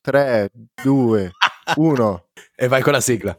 3, 2, 1. E vai con la sigla.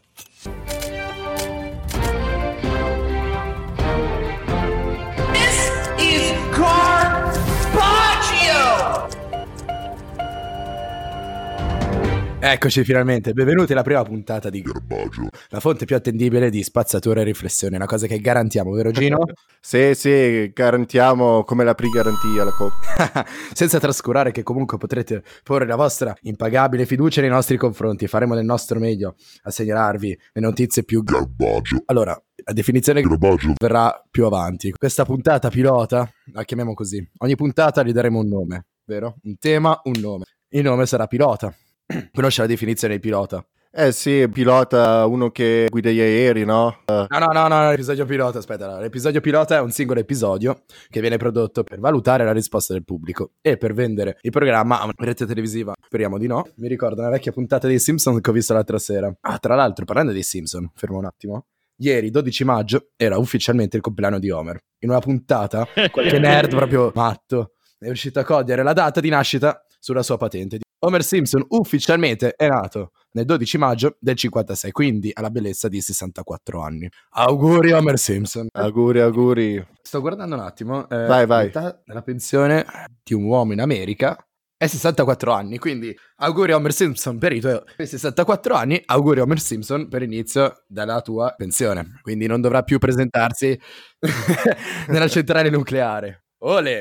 Eccoci finalmente, benvenuti alla prima puntata di Garbaggio, la fonte più attendibile di spazzatura e riflessione, una cosa che garantiamo, vero Gino? Sì, garantiamo come la pre-garantia la coppa. Senza trascurare che comunque potrete porre la vostra impagabile fiducia nei nostri confronti, faremo del nostro meglio a segnalarvi le notizie più Garbaggio. Allora, la definizione Garbaggio verrà più avanti. Questa puntata pilota, la chiamiamo così, ogni puntata gli daremo un nome, vero? Un tema, un nome. Il nome sarà pilota. Conosce la definizione di pilota? Sì, pilota uno che guida gli aerei, no? No, l'episodio pilota, aspetta, l'episodio pilota è un singolo episodio che viene prodotto per valutare la risposta del pubblico e per vendere il programma a una rete televisiva, speriamo di no. Mi ricordo una vecchia puntata dei Simpson che ho visto l'altra sera. Tra l'altro, parlando dei Simpson, fermo un attimo, ieri, 12 maggio, era ufficialmente il compleanno di Homer. In una puntata, qualche nerd proprio matto è riuscito a cogliere la data di nascita sulla sua patente. Homer Simpson ufficialmente è nato nel 12 maggio del 56, quindi alla bellezza di 64 anni. Auguri Homer Simpson. Auguri. Sto guardando un attimo. Vai. L'età della pensione di un uomo in America è 64 anni, quindi auguri Homer Simpson per i tuoi 64 anni, auguri Homer Simpson per l'inizio della tua pensione. Quindi non dovrà più presentarsi nella centrale nucleare. Ole!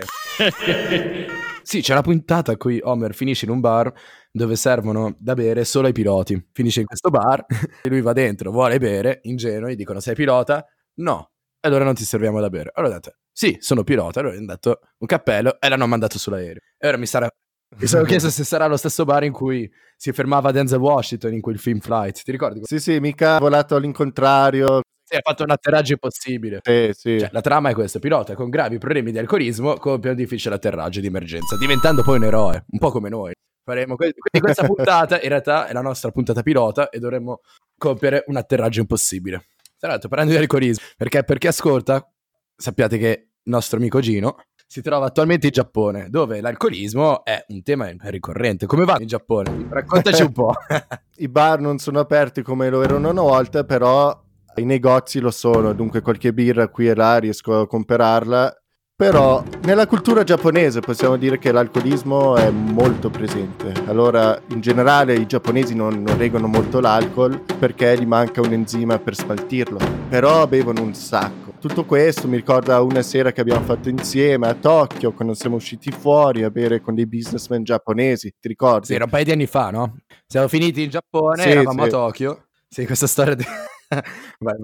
Sì, c'è una puntata in cui Homer finisce in un bar dove servono da bere solo ai piloti. Finisce in questo bar e lui va dentro, vuole bere, ingenuo, gli dicono sei pilota? No. E allora non ti serviamo da bere. Allora ho detto, sì, sono pilota. Allora gli hanno dato un cappello e l'hanno mandato sull'aereo. E ora mi sono chiesto se sarà lo stesso bar in cui si fermava Denzel Washington in quel film Flight. Ti ricordi? Sì, mica ha volato all'incontrario. Sì, ha fatto un atterraggio impossibile. Sì. Cioè, la trama è questa: pilota con gravi problemi di alcolismo compie un difficile atterraggio di emergenza, diventando poi un eroe, un po' come noi. Faremo quindi questa puntata in realtà è la nostra puntata pilota e dovremmo compiere un atterraggio impossibile. Tra l'altro, parlando di alcolismo, perché ascolta, sappiate che il nostro amico Gino si trova attualmente in Giappone, dove l'alcolismo è un tema ricorrente. Come va in Giappone? Raccontaci un po'. I bar non sono aperti come lo erano una volta, però i negozi lo sono, dunque qualche birra qui e là riesco a comprarla. Però nella cultura giapponese possiamo dire che l'alcolismo è molto presente. Allora, in generale i giapponesi non reggono molto l'alcol perché gli manca un enzima per smaltirlo, però bevono un sacco. Tutto questo mi ricorda una sera che abbiamo fatto insieme a Tokyo, quando siamo usciti fuori a bere con dei businessmen giapponesi, ti ricordi? Sì, era un paio di anni fa, no? Siamo finiti in Giappone, eravamo a Tokyo. Sì, questa storia di... vai.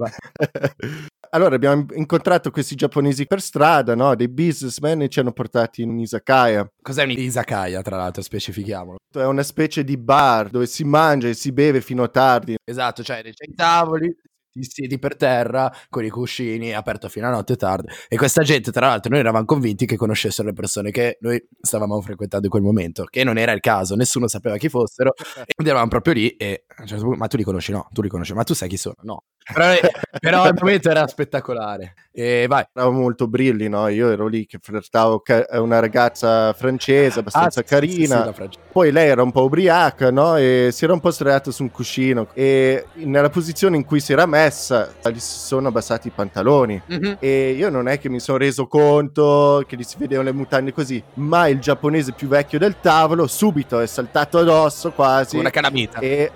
Allora abbiamo incontrato questi giapponesi per strada, no? Dei businessmen, e ci hanno portati in un izakaya. Cos'è un izakaya, tra l'altro? Specifichiamolo. È una specie di bar dove si mangia e si beve fino a tardi. Esatto, cioè c'è i tavoli, ti siedi per terra con i cuscini, aperto fino a notte tardi. E questa gente, tra l'altro, noi eravamo convinti che conoscessero le persone che noi stavamo frequentando in quel momento, che non era il caso, nessuno sapeva chi fossero, e quindi eravamo proprio lì e a un certo punto, ma tu li conosci? No, tu li conosci, ma tu sai chi sono? No. Però il momento era spettacolare. E vai. Eravamo molto brilli, no? Io ero lì che flirtavo una ragazza francese abbastanza carina. Sì, poi lei era un po' ubriaca, no? E si era un po' sdraiata su un cuscino e nella posizione in cui si era messa gli si sono abbassati i pantaloni. Mm-hmm. E io non è che mi sono reso conto che gli si vedevano le mutande così, ma il giapponese più vecchio del tavolo subito è saltato addosso quasi. Una calamita. E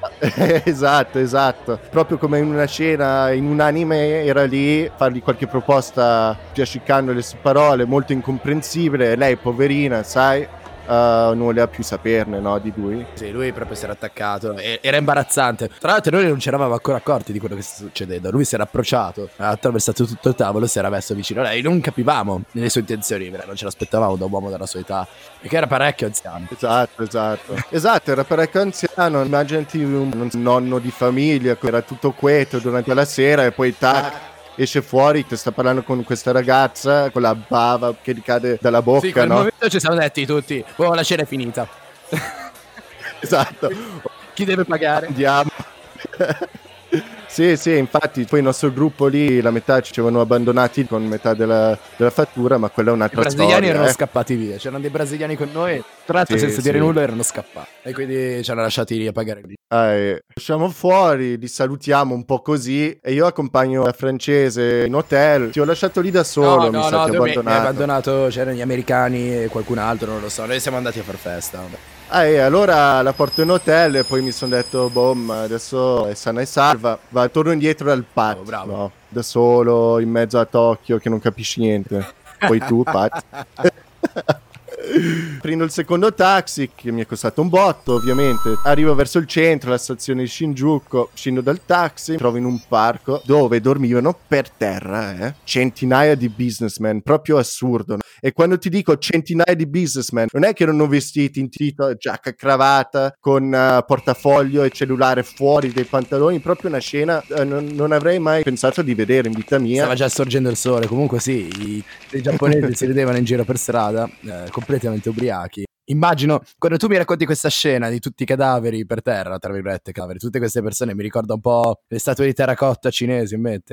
esatto. Proprio come in una scena in un anime era lì, fargli qualche proposta piascicando le sue parole, molto incomprensibile, e lei poverina, sai, non voleva più saperne, no, di lui. Sì, lui proprio si era attaccato, era imbarazzante. Tra l'altro noi non ci eravamo ancora accorti di quello che stava succedendo. Lui si era approcciato, ha attraversato tutto il tavolo, si era messo vicino a lei. Non capivamo le sue intenzioni, non ce l'aspettavamo da un uomo della sua età, perché era parecchio anziano. Esatto, era parecchio anziano. Immaginati un nonno di famiglia, era tutto quieto durante la sera e poi esce fuori, ti sta parlando con questa ragazza con la bava che gli cade dalla bocca. Sì, in quel momento ci siamo detti tutti, la cena è finita. Esatto. Chi deve pagare? Andiamo. Sì, infatti poi il nostro gruppo lì, la metà ci avevano abbandonati con metà della fattura, ma quella è I un'altra brasiliani storia. erano scappati via, c'erano dei brasiliani con noi, tra l'altro senza dire nulla erano scappati e quindi ci hanno lasciati lì a pagare lì. Usciamo fuori, li salutiamo un po' così e io accompagno la francese in hotel. Ti ho lasciato lì da solo, mi sa, ti ho mi hai abbandonato, c'erano gli americani e qualcun altro, non lo so, noi siamo andati a far festa. Allora la porto in hotel e poi mi sono detto, ma adesso è sana e salva, torno indietro al Pat, bravo. No, da solo in mezzo a Tokyo che non capisci niente. Poi tu, Pat. Prendo il secondo taxi che mi è costato un botto, ovviamente. Arrivo verso il centro, la stazione di Shinjuku, scendo dal taxi, trovo in un parco dove dormivano per terra centinaia di businessmen, proprio assurdo, no? E quando ti dico centinaia di businessmen, non è che erano vestiti in tito, giacca, cravatta, con portafoglio e cellulare fuori dei pantaloni, proprio una scena non avrei mai pensato di vedere in vita mia. Stava già sorgendo il sole, comunque sì, i giapponesi si vedevano in giro per strada, completamente ubriachi. Immagino, quando tu mi racconti questa scena di tutti i cadaveri per terra, tra virgolette cadaveri, tutte queste persone, mi ricorda un po' le statue di terracotta cinesi, in mente.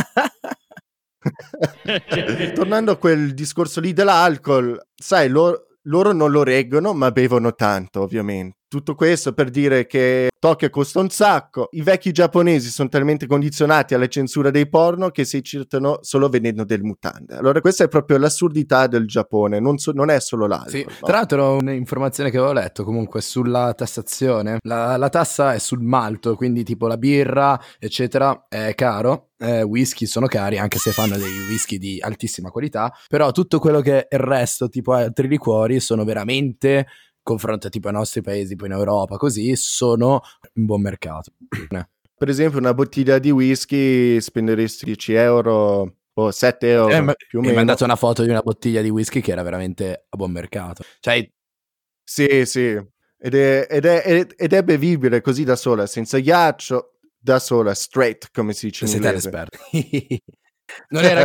Tornando a quel discorso lì dell'alcol, sai, loro non lo reggono, ma bevono tanto, ovviamente. Tutto questo per dire che Tokyo costa un sacco, i vecchi giapponesi sono talmente condizionati alla censura dei porno che si eccitano solo vendendo delle mutande. Allora questa è proprio l'assurdità del Giappone, non è solo l'alcol. Sì. No? Tra l'altro un'informazione che avevo letto comunque sulla tassazione, la tassa è sul malto, quindi tipo la birra eccetera è caro, whisky sono cari anche se fanno dei whisky di altissima qualità, però tutto quello che è il resto tipo altri liquori sono veramente, confronto tipo ai nostri paesi, poi in Europa, così, sono in buon mercato. Per esempio una bottiglia di whisky spenderesti 10 euro o 7 euro più o meno. Mi ha dato una foto di una bottiglia di whisky che era veramente a buon mercato. Cioè... Sì. Ed è bevibile così da sola, senza ghiaccio, da sola, straight, come si dice in inglese. Siete esperti. Non era...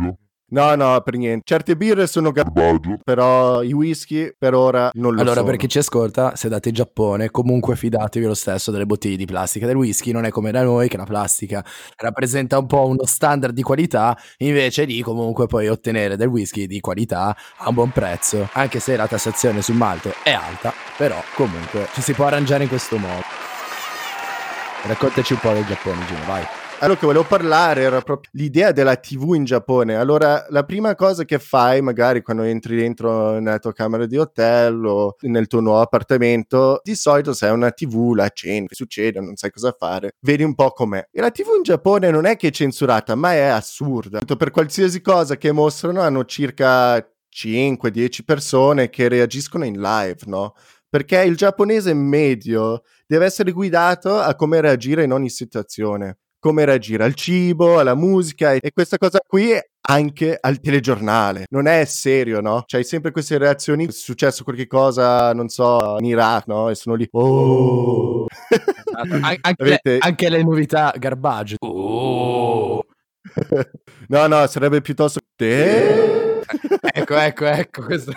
No, per niente. Certe birre sono garbaggio, però i whisky per ora non lo sono. Allora, per chi ci ascolta, se andate in Giappone, comunque fidatevi lo stesso delle bottiglie di plastica del whisky, non è come da noi che la plastica rappresenta un po' uno standard di qualità, invece lì comunque puoi ottenere del whisky di qualità a un buon prezzo, anche se la tassazione sul malto è alta, però comunque ci si può arrangiare in questo modo. Raccontaci un po' del Giappone, Gino, vai. Allora che volevo parlare era proprio l'idea della TV in Giappone. Allora la prima cosa che fai magari quando entri dentro nella tua camera di hotel o nel tuo nuovo appartamento, di solito se hai una TV la accendi, succede, non sai cosa fare, vedi un po' com'è. E la TV in Giappone non è che è censurata, ma è assurda. Per qualsiasi cosa che mostrano hanno circa 5-10 persone che reagiscono in live, no? Perché il giapponese medio deve essere guidato a come reagire in ogni situazione. Come reagire al cibo, alla musica e questa cosa qui anche al telegiornale. Non è serio, no? C'hai sempre queste reazioni, è successo qualche cosa, non so, in Iraq, no? E sono lì, oh! Anche le novità garbaggio. Oh! No, sarebbe piuttosto... Ecco, questo...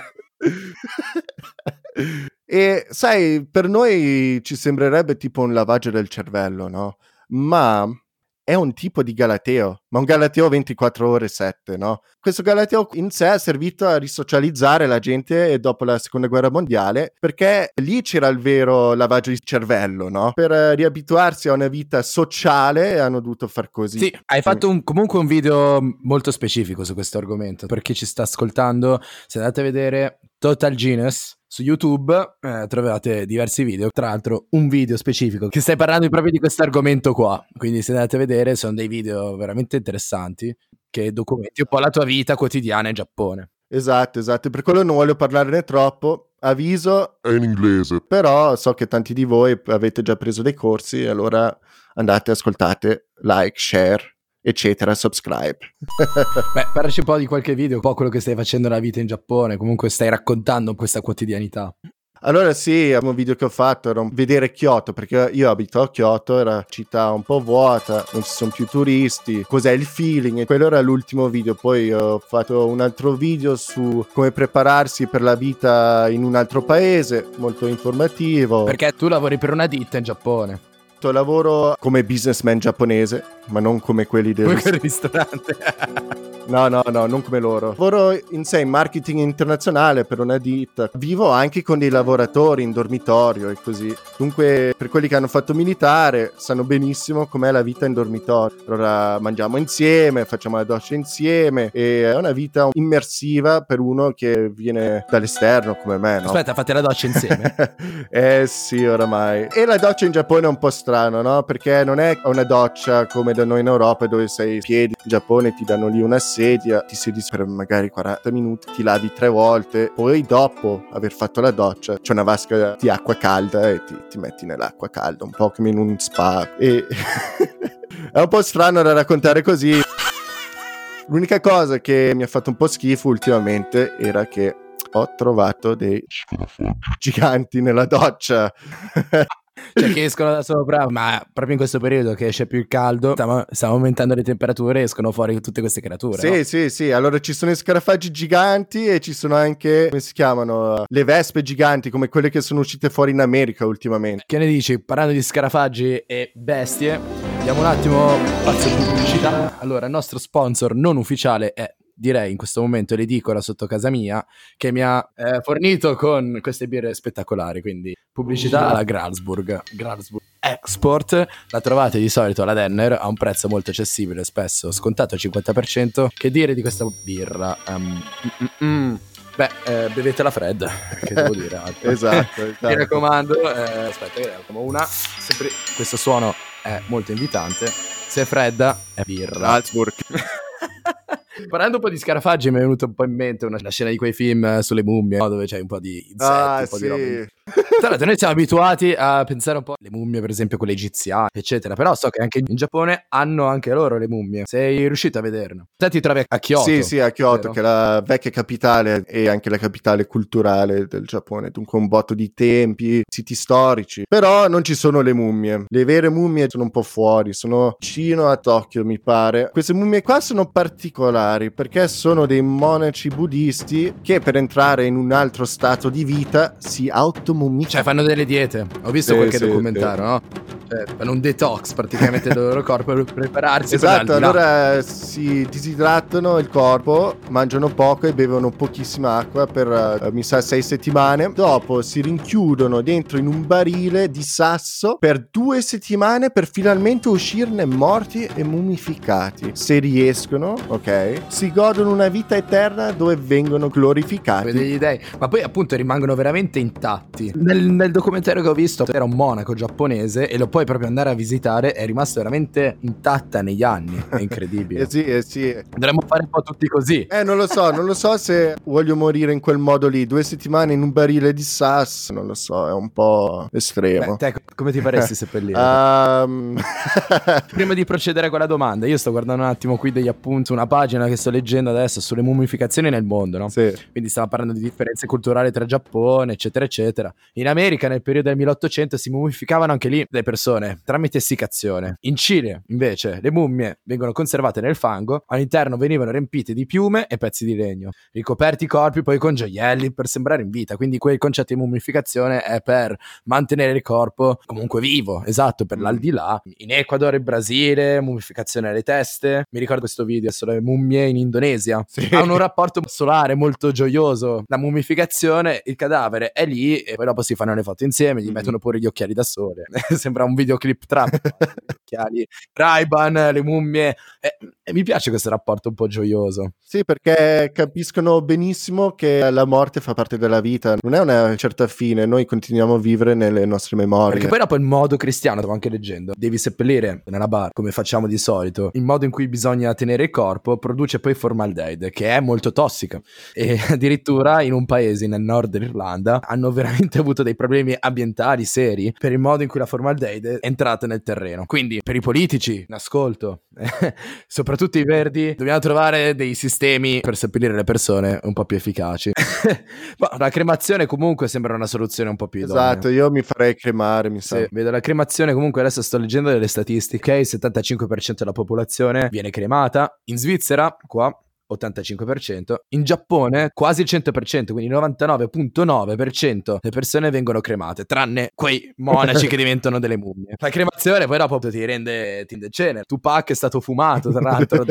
E sai, per noi ci sembrerebbe tipo un lavaggio del cervello, no? Ma... è un tipo di galateo, ma un galateo 24 ore 7, no? Questo galateo in sé è servito a risocializzare la gente dopo la seconda guerra mondiale, perché lì c'era il vero lavaggio di cervello, no? Per riabituarsi a una vita sociale hanno dovuto far così. Sì, hai fatto comunque un video molto specifico su questo argomento, per chi ci sta ascoltando, se andate a vedere Total Genius su YouTube trovate diversi video, tra l'altro un video specifico che stai parlando proprio di questo argomento qua, quindi se andate a vedere sono dei video veramente interessanti che documenti un po' la tua vita quotidiana in Giappone. Esatto, per quello non voglio parlarne troppo, avviso è in inglese, però so che tanti di voi avete già preso dei corsi, allora andate, ascoltate, like, share, eccetera, subscribe. Beh, parlaci un po' di qualche video, un po' quello che stai facendo nella vita in Giappone, comunque stai raccontando questa quotidianità. Allora sì, un video che ho fatto era vedere Kyoto, perché io abito a Kyoto, era una città un po' vuota, non ci sono più turisti, cos'è il feeling, e quello era l'ultimo video. Poi ho fatto un altro video su come prepararsi per la vita in un altro paese, molto informativo. Perché tu lavori per una ditta in Giappone. fatto lavoro come businessman giapponese, ma non come quelli del ristorante. No, non come loro. Lavoro in marketing internazionale per una ditta. Vivo anche con dei lavoratori in dormitorio e così. Dunque, per quelli che hanno fatto militare, sanno benissimo com'è la vita in dormitorio. Allora, mangiamo insieme, facciamo la doccia insieme e è una vita immersiva per uno che viene dall'esterno come me, no? Aspetta, fate la doccia insieme? Sì, oramai. E la doccia in Giappone è un po' strano, no? Perché non è una doccia come da noi in Europa dove sei in piedi. In Giappone ti danno lì una sedia, ti siedi per magari 40 minuti, ti lavi 3 volte, poi dopo aver fatto la doccia c'è una vasca di acqua calda e ti metti nell'acqua calda, un po' come in un spa. E è un po' strano da raccontare così. L'unica cosa che mi ha fatto un po' schifo ultimamente era che ho trovato dei giganti nella doccia. Cioè che escono da sopra, ma proprio in questo periodo che esce più il caldo, stiamo aumentando le temperature, escono fuori tutte queste creature. Sì, allora ci sono i scarafaggi giganti e ci sono anche, come si chiamano, le vespe giganti, come quelle che sono uscite fuori in America ultimamente. Che ne dici? Parlando di scarafaggi e bestie, diamo un attimo spazio di pubblicità. Allora, il nostro sponsor non ufficiale è, direi in questo momento, l'edicola sotto casa mia, che mi ha fornito con queste birre spettacolari, quindi pubblicità alla Gralsburg Export. La trovate di solito alla Denner a un prezzo molto accessibile, spesso scontato al 50%. Che dire di questa birra? Bevetela fredda, che devo dire altro. Esatto. Mi raccomando, aspetta, ne apriamo una. Sempre, questo suono è molto invitante. Se è fredda è birra. Salzburg. Parlando un po' di scarafaggi mi è venuto un po' in mente una scena di quei film sulle mummie, no? Dove c'è un po' di insetti, un po' di roba. Tra l'altro noi siamo abituati a pensare un po' alle mummie, per esempio quelle egiziane, eccetera, però so che anche in Giappone hanno anche loro le mummie. Sei riuscito a vederle? Te ti trovi a Kyoto? Sì, a Kyoto, vero? che è la vecchia capitale e anche la capitale culturale del Giappone, dunque un botto di templi, siti storici, però non ci sono le mummie. Le vere mummie sono un po' fuori, sono vicino a Tokyo, mi pare. Queste mummie qua sono particolari perché sono dei monaci buddisti che per entrare in un altro stato di vita si automumificano. Cioè fanno delle diete, ho visto qualche documentario, no? Cioè, fanno un detox praticamente del loro corpo per prepararsi. Esatto, allora si disidratano il corpo, mangiano poco e bevono pochissima acqua per mi sa 6 settimane. Dopo si rinchiudono dentro in un barile di sasso per 2 settimane per finalmente uscirne morti e mummificati. Se riescono, ok, si godono una vita eterna dove vengono glorificati. Come degli dei, ma poi appunto rimangono veramente intatti. Nel documentario che ho visto era un monaco giapponese e lo puoi proprio andare a visitare, è rimasto veramente intatta negli anni, è incredibile. Sì. Dovremmo fare un po' tutti così. Non lo so se voglio morire in quel modo lì, 2 settimane in un barile di sasso, non lo so, è un po' estremo. Te come ti faresti seppellire? Prima di procedere con la domanda, io sto guardando un attimo qui degli appunti, una pagina che sto leggendo adesso sulle mummificazioni nel mondo, no? Sì. Quindi stiamo parlando di differenze culturali tra Giappone, eccetera, eccetera. In America nel periodo del 1800 si mummificavano anche lì le persone tramite essiccazione. In Cile, invece, le mummie vengono conservate nel fango, all'interno venivano riempite di piume e pezzi di legno, ricoperti i corpi poi con gioielli per sembrare in vita. Quindi quel concetto di mummificazione è per mantenere il corpo comunque vivo, esatto, per l'aldilà. In Ecuador e Brasile, mummificazione alle teste. Mi ricordo questo video sulle mummie in Indonesia. Sì. Hanno un rapporto solare molto gioioso. La mummificazione, il cadavere è lì e poi dopo si fanno le foto insieme, gli mettono pure gli occhiali da sole. Sembra un videoclip trap. Gli occhiali Ray-Ban, le mummie. E mi piace questo rapporto un po' gioioso. Sì, perché capiscono benissimo che la morte fa parte della vita, non è una certa fine, noi continuiamo a vivere nelle nostre memorie. Perché poi dopo il modo cristiano, stavo anche leggendo, devi seppellire nella bara, come facciamo di solito, il modo in cui bisogna tenere il corpo produce poi formaldeide, che è molto tossica. E addirittura in un paese nel nord dell'Irlanda hanno veramente avuto dei problemi ambientali seri per il modo in cui la formaldeide è entrata nel terreno. Quindi per i politici, in ascolto, soprattutto i verdi, dobbiamo trovare dei sistemi per seppellire le persone un po' più efficaci. Ma la cremazione comunque sembra una soluzione un po' più idonea. Esatto, io mi farei cremare, mi sa. Sì, vedo la cremazione, comunque adesso sto leggendo delle statistiche, il 75% della popolazione viene cremata. In Svizzera, qua, 85%, in Giappone quasi il 100%, quindi il 99.9% le persone vengono cremate, tranne quei monaci che diventano delle mummie. La cremazione poi dopo ti rende cenere. Tupac è stato fumato, tra l'altro,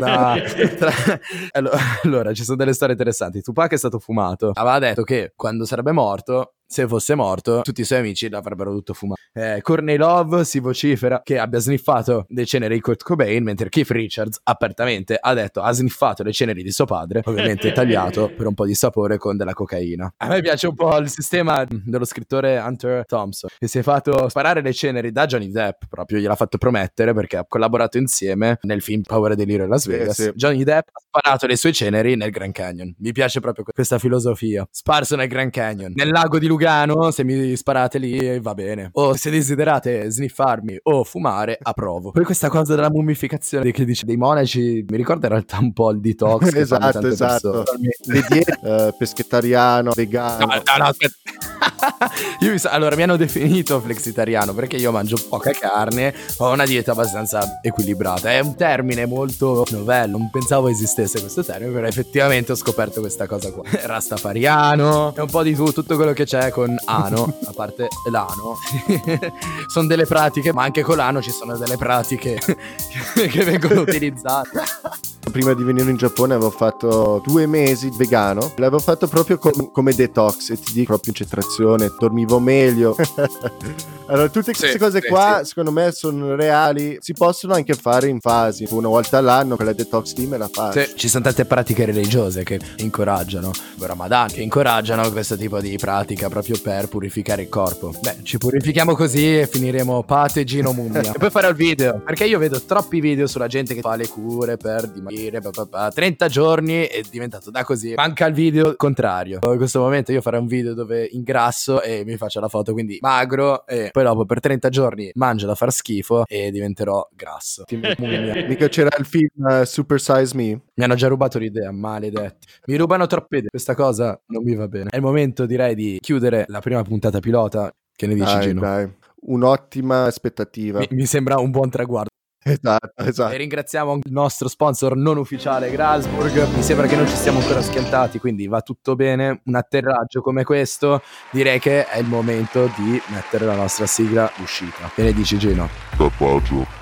Allora, ci sono delle storie interessanti. Tupac è stato fumato, aveva detto che quando sarebbe morto, se fosse morto, tutti i suoi amici l'avrebbero dovuto fumare. Courtney Love si vocifera che abbia sniffato le ceneri di Kurt Cobain, mentre Keith Richards apertamente ha detto ha sniffato le ceneri di suo padre, ovviamente tagliato per un po' di sapore con della cocaina. A me piace un po' il sistema dello scrittore Hunter Thompson, che si è fatto sparare le ceneri da Johnny Depp, proprio gliel'ha fatto promettere perché ha collaborato insieme nel film Paura e Delirio a Las Vegas. Sì. Johnny Depp ha sparato le sue ceneri nel Grand Canyon. Mi piace proprio questa filosofia. Sparso nel Grand Canyon, nel lago di Lugano, se mi sparate lì va bene. O se desiderate sniffarmi o fumare, approvo. Poi questa cosa della mummificazione che dice dei monaci mi ricorda in realtà un po' il detox. Esatto. Le diete, pescetariano, vegano. No, aspetta. Allora mi hanno definito flexitariano perché io mangio poca carne, ho una dieta abbastanza equilibrata. È un termine molto novello, non pensavo esistesse questo termine, però effettivamente ho scoperto questa cosa qua. Rastafariano, è un po' di tutto quello che c'è con ano, a parte l'ano. Sono delle pratiche, ma anche con l'ano ci sono delle pratiche che vengono utilizzate. Prima di venire in Giappone avevo fatto 2 mesi vegano, l'avevo fatto proprio come detox, e ti dico proprio concentrazione, dormivo meglio. Allora tutte queste cose qua secondo me sono reali, si possono anche fare in fasi, una volta all'anno quella detox team la fa. Ci sono tante pratiche religiose che incoraggiano, il Ramadan, che incoraggiano questo tipo di pratica proprio per purificare il corpo. Beh, ci purifichiamo così e finiremo pategino mummia. E poi farò il video, perché io vedo troppi video sulla gente che fa le cure per dimagrire, 30 giorni è diventato da così. Manca il video contrario. In questo momento io farò un video dove ingrasso e mi faccio la foto quindi magro, e poi dopo per 30 giorni mangio da far schifo e diventerò grasso. Mica c'era il film Super Size Me? Mi hanno già rubato l'idea, maledetti. Mi rubano troppe idee, questa cosa non mi va bene. È il momento, direi, di chiudere la prima puntata pilota. Che ne dici, Gino? Dai, un'ottima aspettativa. Mi sembra un buon traguardo. Esatto. E ringraziamo il nostro sponsor non ufficiale, Grasburg. Mi sembra che non ci siamo ancora schiantati, quindi va tutto bene. Un atterraggio come questo, direi che è il momento di mettere la nostra sigla uscita. Che ne dici, Gino? Tappaggio.